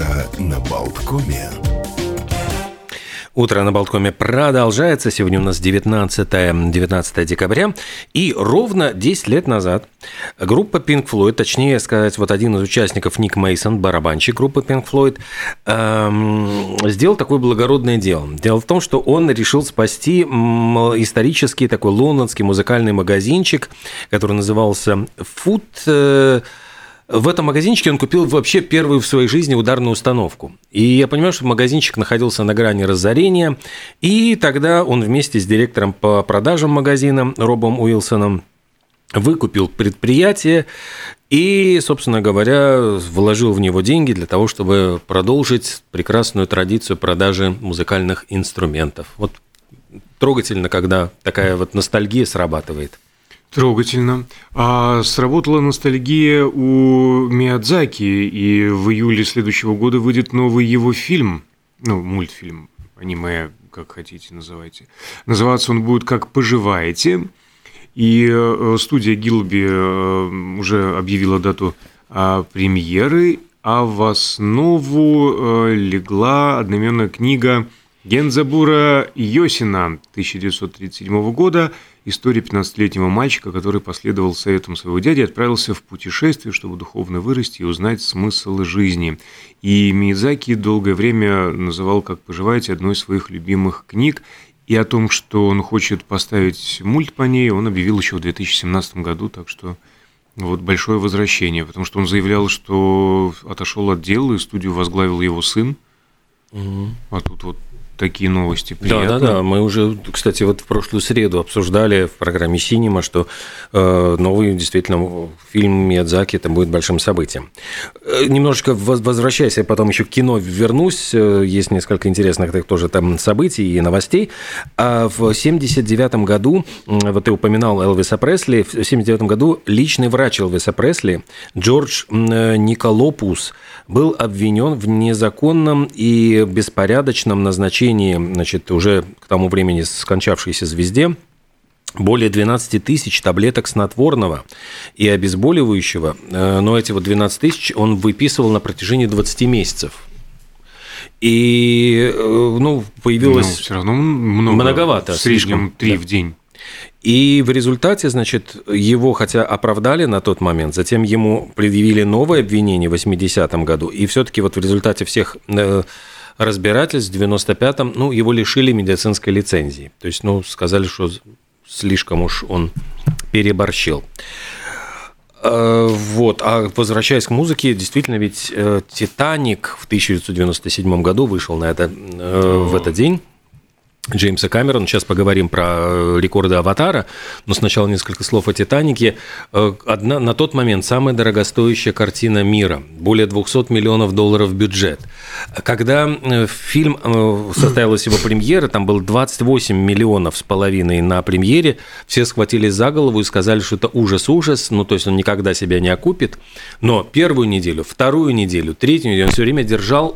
Утро на Болткоме. Утро на Болткоме продолжается. Сегодня у нас 19 декабря. И ровно 10 лет назад группа Pink Floyd, точнее сказать, вот один из участников, Ник Мейсон, барабанщик группы Pink Floyd, сделал такое благородное дело. Дело в том, что он решил спасти исторический такой лондонский музыкальный магазинчик, который назывался Foot. В этом магазинчике он купил вообще первую в своей жизни ударную установку. И я понимаю, что магазинчик находился на грани разорения. И тогда он вместе с директором по продажам магазина Робом Уилсоном выкупил предприятие и, собственно говоря, вложил в него деньги для того, чтобы продолжить прекрасную традицию продажи музыкальных инструментов. Вот трогательно, когда такая вот ностальгия срабатывает. Трогательно. А сработала ностальгия у Миядзаки, и в июле следующего года выйдет новый его фильм, мультфильм, аниме, как хотите называйте. Называться он будет «Как поживаете», и студия Гилби уже объявила дату премьеры, а в основу легла одноименная книга Гензабура Йосина 1937 года. История 15-летнего мальчика, который последовал советам своего дяди и отправился в путешествие, чтобы духовно вырасти и узнать смысл жизни. И Миядзаки долгое время называл «Как поживаете» одной из своих любимых книг. И о том, что он хочет поставить мульт по ней, он объявил еще в 2017 году. Так что вот большое возвращение. Потому что он заявлял, что отошел от дела, и студию возглавил его сын. А тут вот такие новости приятные. Да. Мы уже, кстати, вот в прошлую среду обсуждали в программе «Синема», что новый, действительно, фильм Миядзаки это будет большим событием. Немножечко возвращаясь, я потом еще к кино вернусь. Есть несколько интересных тоже там событий и новостей. А в 1979 году, вот ты упоминал Элвиса Пресли, в 1979 году личный врач Элвиса Пресли Джордж Николопус был обвинен в незаконном и беспорядочном назначении, значит, уже к тому времени скончавшейся звезде более 12 тысяч таблеток снотворного и обезболивающего, но эти вот 12 тысяч он выписывал на протяжении 20 месяцев. И, появилось... все равно многовато. Слишком 3 в день. И в результате, значит, его, хотя оправдали на тот момент, затем ему предъявили новое обвинение в 80-м году, и все-таки вот в результате всех разбирательств в 95-м, его лишили медицинской лицензии. То есть, сказали, что слишком уж он переборщил. Вот. А возвращаясь к музыке, действительно, ведь «Титаник» в 1997 году вышел в этот день. Джеймса Кэмерона. Сейчас поговорим про рекорды «Аватара», но сначала несколько слов о «Титанике». На тот момент самая дорогостоящая картина мира. Более $200 миллионов бюджет. Когда фильм состоялась его премьера, там было 28,5 миллионов на премьере, все схватились за голову и сказали, что это ужас-ужас, то есть он никогда себя не окупит. Но первую неделю, вторую неделю, третью неделю он все время держал,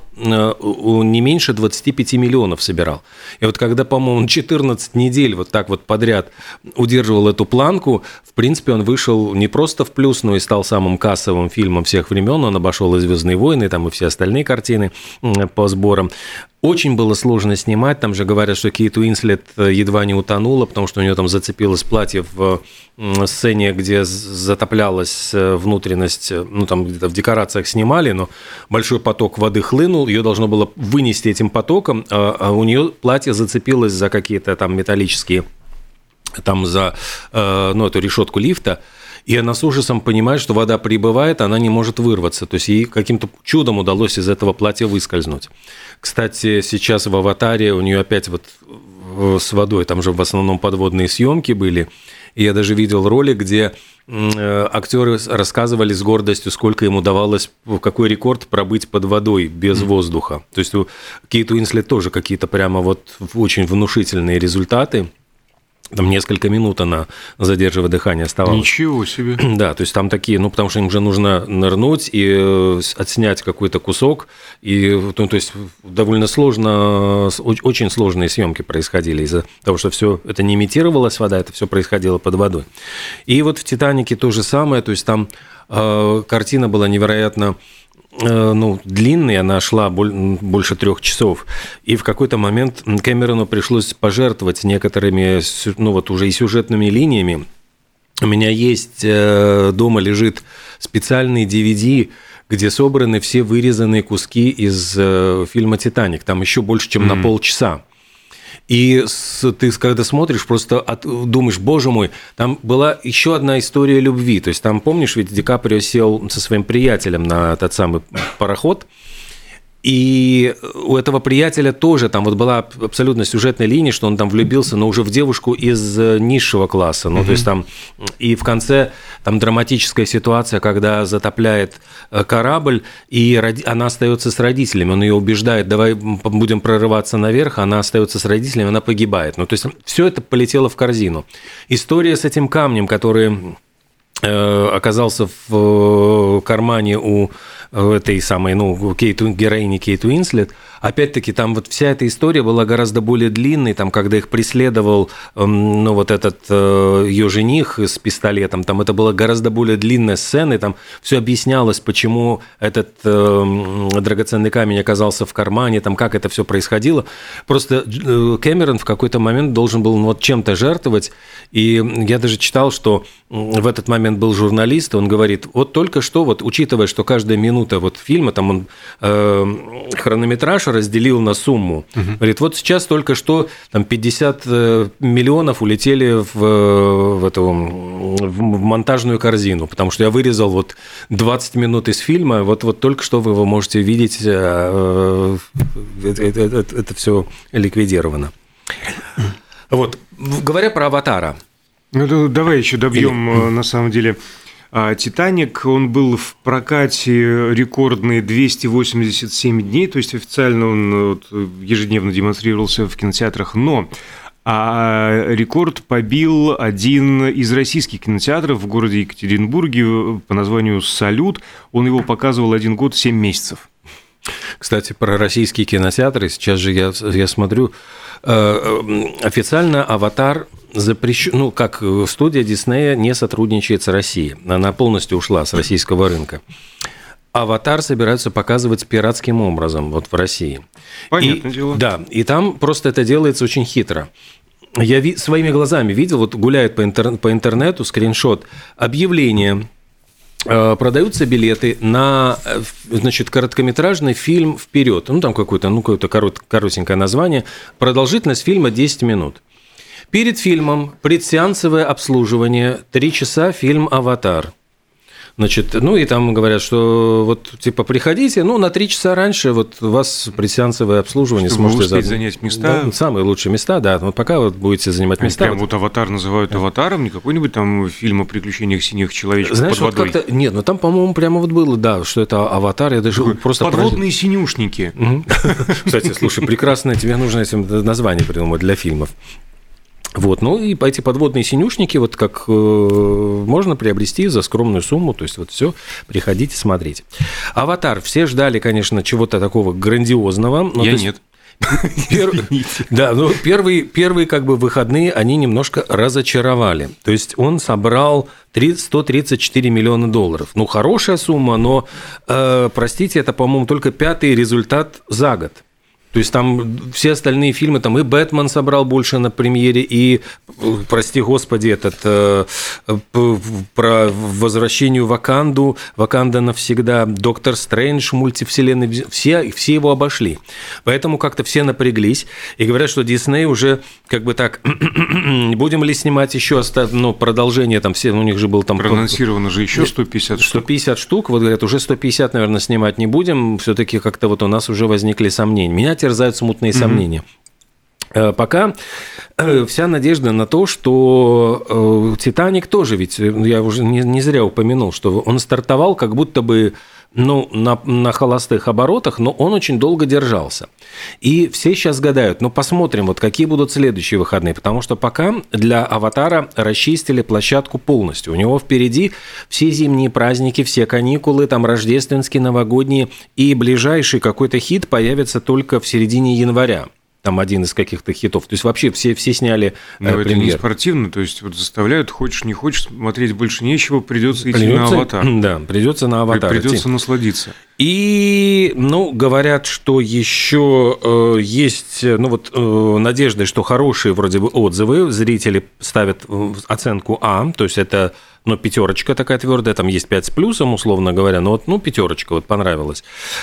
не меньше 25 миллионов собирал. И вот когда, по-моему, 14 недель вот так вот подряд удерживал эту планку, в принципе, он вышел не просто в плюс, но и стал самым кассовым фильмом всех времен. Он обошел и «Звездные войны», там и все остальные картины по сборам. Очень было сложно снимать, там же говорят, что Кейт Уинслет едва не утонула, потому что у нее там зацепилось платье в сцене, где затоплялась внутренность, там где-то в декорациях снимали, но большой поток воды хлынул, ее должно было вынести этим потоком, а у нее платье зацепилось за какие-то там металлические, там за эту решетку лифта. И она с ужасом понимает, что вода прибывает, она не может вырваться. То есть ей каким-то чудом удалось из этого платья выскользнуть. Кстати, сейчас в «Аватаре» у нее опять вот с водой, там же в основном подводные съемки были. И я даже видел ролик, где актеры рассказывали с гордостью, сколько им удавалось, какой рекорд пробыть под водой без воздуха. То есть у Кейт Уинслет тоже какие-то прямо вот очень внушительные результаты. Там несколько минут она, задерживая дыхание, оставалась. Ничего себе. Да, то есть там такие, потому что им же нужно нырнуть и отснять какой-то кусок. И, то есть довольно сложно, очень сложные съемки происходили из-за того, что все это не имитировалась вода, это все происходило под водой. И вот в «Титанике» то же самое, то есть там картина была невероятно длинной, она шла больше 3 часов, и в какой-то момент Кэмерону пришлось пожертвовать некоторыми, уже и сюжетными линиями. У меня есть дома лежит специальный DVD, где собраны все вырезанные куски из фильма «Титаник». Там еще больше, чем на полчаса. И ты, когда смотришь, просто думаешь, боже мой, там была еще одна история любви. То есть там, помнишь, ведь Ди Каприо сел со своим приятелем на тот самый пароход, и у этого приятеля тоже там была абсолютно сюжетная линия, что он там влюбился, но уже в девушку из низшего класса. То есть там и в конце там драматическая ситуация, когда затопляет корабль, и она остается с родителями. Он ее убеждает, давай будем прорываться наверх, она остается с родителями, она погибает. То есть все это полетело в корзину. История с этим камнем, который оказался в кармане у этой самой, героини Кейт Уинслет. Опять-таки, там вот вся эта история была гораздо более длинной, там, когда их преследовал, этот ее жених с пистолетом, там это была гораздо более длинная сцена, и там все объяснялось, почему этот драгоценный камень оказался в кармане, там, как это все происходило. Просто Кэмерон в какой-то момент должен был чем-то жертвовать, и я даже читал, что в этот момент был журналист, он говорит, вот только что, учитывая, что каждая минута фильма, там он хронометраж разделил на сумму. Говорит, вот сейчас только что там 50 миллионов улетели в монтажную корзину, потому что я вырезал 20 минут из фильма, вот только что вы его можете видеть, это все ликвидировано. Говоря про «Аватара». Давай еще добьем, на самом деле, «Титаник», он был в прокате рекордные 287 дней, то есть официально он ежедневно демонстрировался в кинотеатрах, но рекорд побил один из российских кинотеатров в городе Екатеринбурге по названию «Салют». Он его показывал 1 год 7 месяцев. Кстати, про российские кинотеатры, сейчас же я смотрю, официально «Аватар» запрещен, как студия Диснея не сотрудничает с Россией, она полностью ушла с российского рынка. «Аватар» собираются показывать пиратским образом в России. Понятное дело. Да, и там просто это делается очень хитро. Я своими глазами видел, гуляет по интернету скриншот объявление. Продаются билеты на, короткометражный фильм «Вперед». Там какое-то коротенькое название. Продолжительность фильма 10 минут. Перед фильмом предсеансовое обслуживание, 3 часа фильм «Аватар». И там говорят, что приходите, на 3 часа раньше у вас предсеансовое обслуживание, чтобы сможете занять места. Да, самые лучшие места, да. пока будете занимать места. Прям «Аватар» называют «Аватаром», не какой-нибудь там фильм о приключениях синих человечков под водой. Как-то... Нет, там, по-моему, прямо было, да, что это «Аватар», я даже просто... Подводные синюшники. Кстати, слушай, прекрасное, тебе нужно этим название придумать для фильмов. И эти подводные синюшники как можно приобрести за скромную сумму, то есть все, приходите смотреть. «Аватар», все ждали, конечно, чего-то такого грандиозного. Я нет. Первые выходные они немножко разочаровали. То есть он собрал 134 миллиона долларов. Хорошая сумма, но, простите, это, по-моему, только 5-й результат за год. То есть там все остальные фильмы, там и «Бэтмен» собрал больше на премьере, и, прости господи, про возвращение в Ваканду, «Ваканда навсегда», «Доктор Стрэндж», мультивселенной, все его обошли. Поэтому как-то все напряглись и говорят, что Дисней уже будем ли снимать еще продолжение, там все, у них же был там... Проанонсировано же еще 150 штук. 150 штук, говорят, уже 150, наверное, снимать не будем, все-таки как-то у нас уже возникли сомнения. Меня терзают смутные сомнения. Пока вся надежда на то, что «Титаник» тоже, ведь я уже не зря упомянул, что он стартовал как будто бы на холостых оборотах, но он очень долго держался. И все сейчас гадают, посмотрим, какие будут следующие выходные, потому что пока для «Аватара» расчистили площадку полностью. У него впереди все зимние праздники, все каникулы, там рождественские, новогодние, и ближайший какой-то хит появится только в середине января. Там один из каких-то хитов. То есть вообще все сняли премьер. Это не спортивно, то есть заставляют, хочешь не хочешь, смотреть больше нечего, придется идти на «Аватар». Да, придется на «Аватар». Придется насладиться. И, говорят, что еще есть, надежда, что хорошие вроде бы отзывы. Зрители ставят оценку А, то есть это, пятерочка такая твердая, там есть 5 с плюсом, условно говоря, пятерочка, понравилось.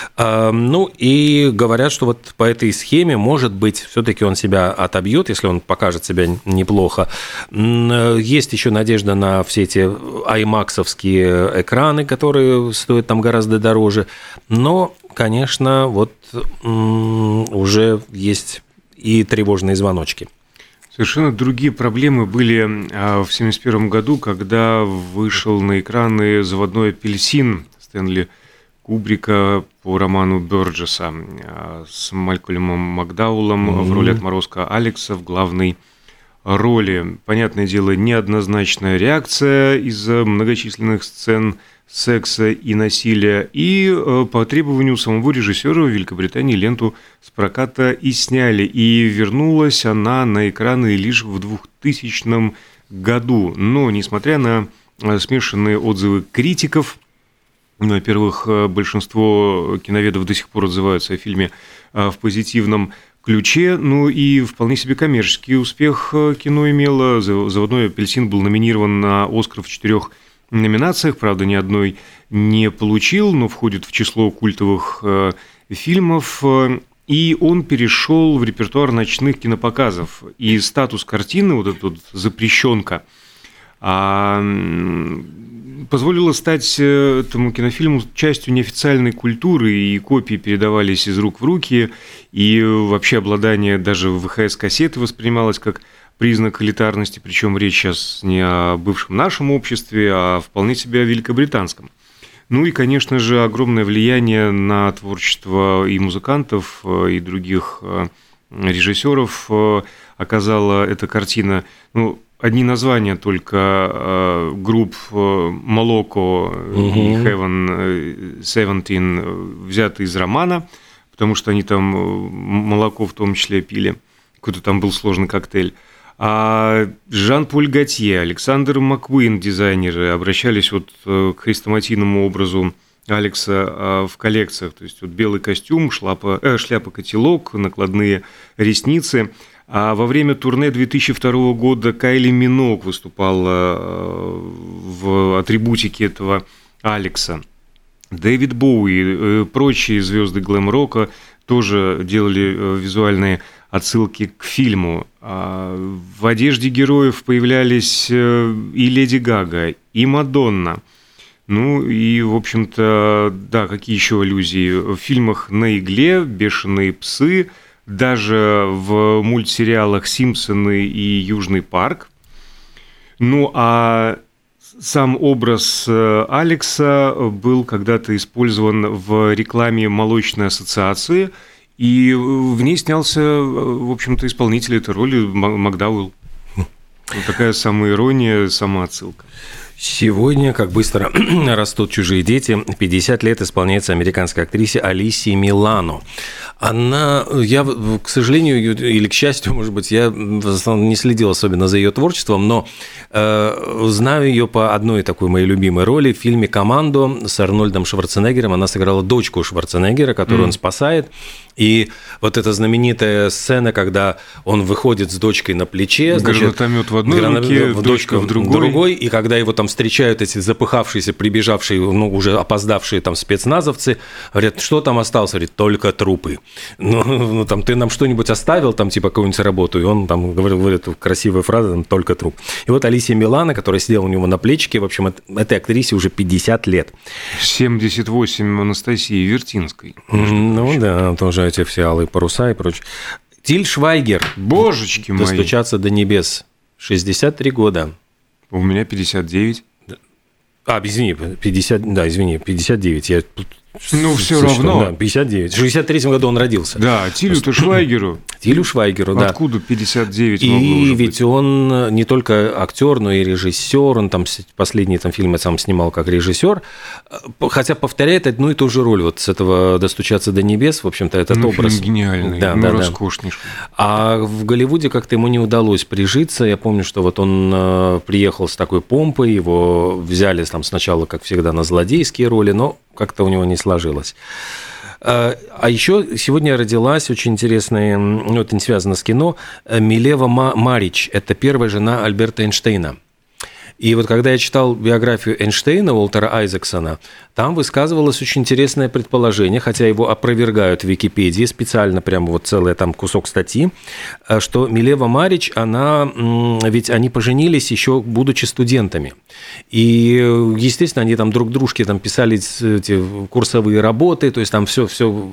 И говорят, что вот по этой схеме, может быть, все-таки он себя отобьет, если он покажет себя неплохо. Есть еще надежда на все эти IMAX-овские экраны, которые стоят там гораздо дороже. Но, конечно, уже есть и тревожные звоночки. Совершенно другие проблемы были в 1971 году, когда вышел на экраны «Заводной апельсин» Стэнли Кубрика по роману Бёрджеса с Малькольмом Макдаулом в роли отморозка Алекса в главной роли. Понятное дело, неоднозначная реакция из-за многочисленных сцен секса и насилия, и по требованию самого режиссера в Великобритании ленту с проката и сняли, и вернулась она на экраны лишь в 2000 году. Но, несмотря на смешанные отзывы критиков, во-первых, большинство киноведов до сих пор отзываются о фильме в позитивном ключе, и вполне себе коммерческий успех кино имело. «Заводной апельсин» был номинирован на «Оскар» в 4 номинациях, правда, ни одной не получил, но входит в число культовых фильмов, и он перешел в репертуар ночных кинопоказов. И статус картины, вот эта запрещенка, позволило стать этому кинофильму частью неофициальной культуры, и копии передавались из рук в руки, и вообще обладание даже ВХС-кассеты воспринималось как признак элитарности, причем речь сейчас не о бывшем нашем обществе, а вполне себе о великобританском. И, конечно же, огромное влияние на творчество и музыкантов, и других режиссеров оказала эта картина. Одни названия только групп Молоко и Heaven 17 взяты из романа, потому что они там молоко в том числе пили. Какой-то там был сложный коктейль. А Жан-Поль Готье, Александр Маккуин, дизайнеры, обращались к хрестоматийному образу Алекса в коллекциях. То есть белый костюм, шляпа-котелок, накладные ресницы. А во время турне 2002 года Кайли Миноуг выступала в атрибутике этого Алекса. Дэвид Боуи, прочие звезды глэм-рока тоже делали визуальные отсылки к фильму. В одежде героев появлялись и Леди Гага, и Мадонна. И, в общем-то, да, какие еще аллюзии? В фильмах «На игле», «Бешеные псы», даже в мультсериалах «Симпсоны» и «Южный парк». А сам образ Алекса был когда-то использован в рекламе молочной ассоциации, и в ней снялся, в общем-то, исполнитель этой роли Макдауэлл. Такая самоирония, самоотсылка. Сегодня, как быстро растут чужие дети, 50 лет исполняется американской актрисе Алисии Милано. Я, к сожалению, или к счастью, может быть, я в основном не следил особенно за ее творчеством, но знаю ее по одной такой моей любимой роли в фильме «Командо» с Арнольдом Шварценеггером. Она сыграла дочку Шварценеггера, которую он спасает. И вот эта знаменитая сцена, когда он выходит с дочкой на плече. Гранатомет в одной руке, дочка в другой. И когда его там встречают эти запыхавшиеся, прибежавшие, уже опоздавшие там спецназовцы, говорят, что там осталось? Говорит, только трупы. Там ты нам что-нибудь оставил, там типа какую-нибудь работу, и он там говорил эту красивую фразу, там, только труп. И вот Алисия Милано, которая сидела у него на плечике, в общем, этой актрисе уже 50 лет. 78 Анастасии Вертинской. Да, тоже эти все алые паруса и прочее. Тиль Швайгер. Божечки мои. «Достучаться до небес». 63 года. У меня 59. Извини, 59. Я... все равно. Да, 59. В 63-м году он родился. Да, Тилю-то Швайгеру. Тилю Швайгеру, да. Откуда 59 и могло уже ведь быть? он не только актер, но и режиссер. Он там последние фильмы сам снимал как режиссер. Хотя повторяет одну и ту же роль. Вот с этого «Достучаться до небес», в общем-то, этот образ. Фильм гениальный, да, роскошнейший. А в Голливуде как-то ему не удалось прижиться. Я помню, что вот он приехал с такой помпой, его взяли там сначала, как всегда, на злодейские роли, но как-то у него не сложилось. А еще сегодня родилась очень интересная, это не связано с кино, Милева Марич. Это первая жена Альберта Эйнштейна. И вот когда я читал биографию Эйнштейна, Уолтера Айзексона, там высказывалось очень интересное предположение, хотя его опровергают в Википедии, специально прямо вот целый там кусок статьи, что Милева Марич, ведь они поженились еще будучи студентами. И, естественно, они там друг дружке там писали эти курсовые работы, то есть там все.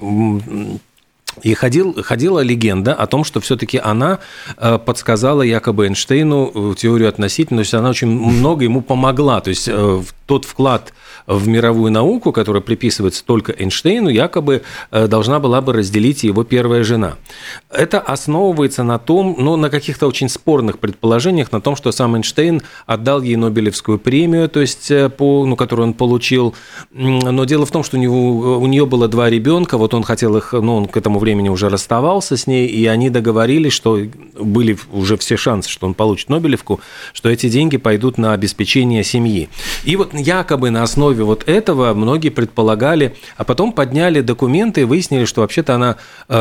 И ходила легенда о том, что все-таки она подсказала якобы Эйнштейну теорию относительности, то есть она очень много ему помогла. То есть тот вклад в мировую науку, который приписывается только Эйнштейну, якобы должна была бы разделить его первая жена. Это основывается на том, на каких-то очень спорных предположениях, на том, что сам Эйнштейн отдал ей Нобелевскую премию, то есть, которую он получил. Но дело в том, что у нее было 2 ребенка, вот он хотел их, он к этому времени уже расставался с ней, и они договорились, что были уже все шансы, что он получит Нобелевку, что эти деньги пойдут на обеспечение семьи. И вот якобы на основе вот этого многие предполагали, а потом подняли документы и выяснили, что вообще-то она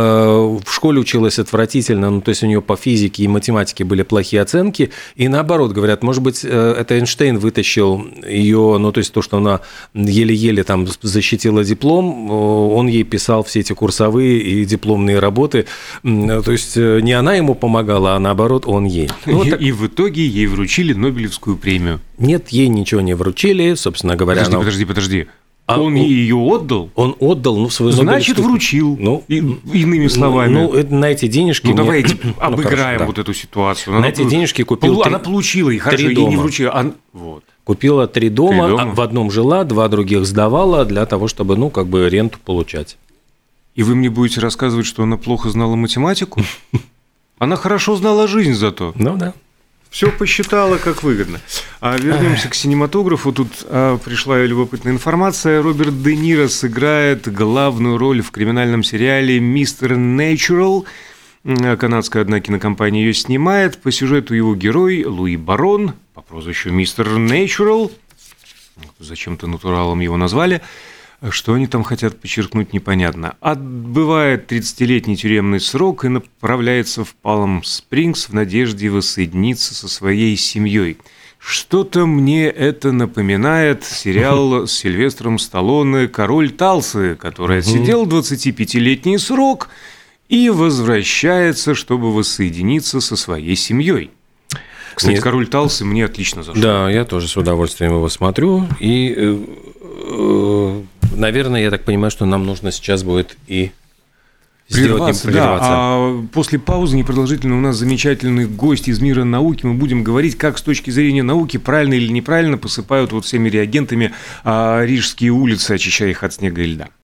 в школе училась отвратительно, то есть у нее по физике и математике были плохие оценки, и наоборот, говорят, может быть, это Эйнштейн вытащил ее, то есть то, что она еле-еле там защитила диплом, он ей писал все эти курсовые и дипломные работы, то есть не она ему помогала, а наоборот он ей. И в итоге ей вручили Нобелевскую премию. Нет, ей ничего не вручили, собственно говоря. Подожди. Он ее отдал? Он отдал, свою Значит, вручил. Иными словами. На эти денежки... Давайте обыграем вот эту ситуацию. На эти денежки купил... Она получила их, хорошо, ей не вручили. Купила 3 дома, в одном жила, 2 других сдавала для того, чтобы, ренту получать. И вы мне будете рассказывать, что она плохо знала математику? Она хорошо знала жизнь зато. Да. Все посчитала, как выгодно. А вернемся к кинематографу. Тут пришла любопытная информация. Роберт Де Ниро сыграет главную роль в криминальном сериале «Мистер Нэчурал». Канадская одна кинокомпания ее снимает. По сюжету его герой Луи Барон, по прозвищу «Мистер Нэчурал», зачем-то натуралом его назвали. Что они там хотят подчеркнуть, непонятно. Отбывает 30-летний тюремный срок и направляется в Палм-Спрингс в надежде воссоединиться со своей семьей. Что-то мне это напоминает сериал с Сильвестром Сталлоне «Король Талсы», который отсидел 25-летний срок и возвращается, чтобы воссоединиться со своей семьей. Кстати, «Король Талсы» мне отлично зашел. Да, я тоже с удовольствием его смотрю. И, наверное, я так понимаю, что нам нужно сейчас будет и прерваться. А после паузы непродолжительно у нас замечательный гость из мира науки. Мы будем говорить, как с точки зрения науки правильно или неправильно посыпают всеми реагентами рижские улицы, очищая их от снега и льда.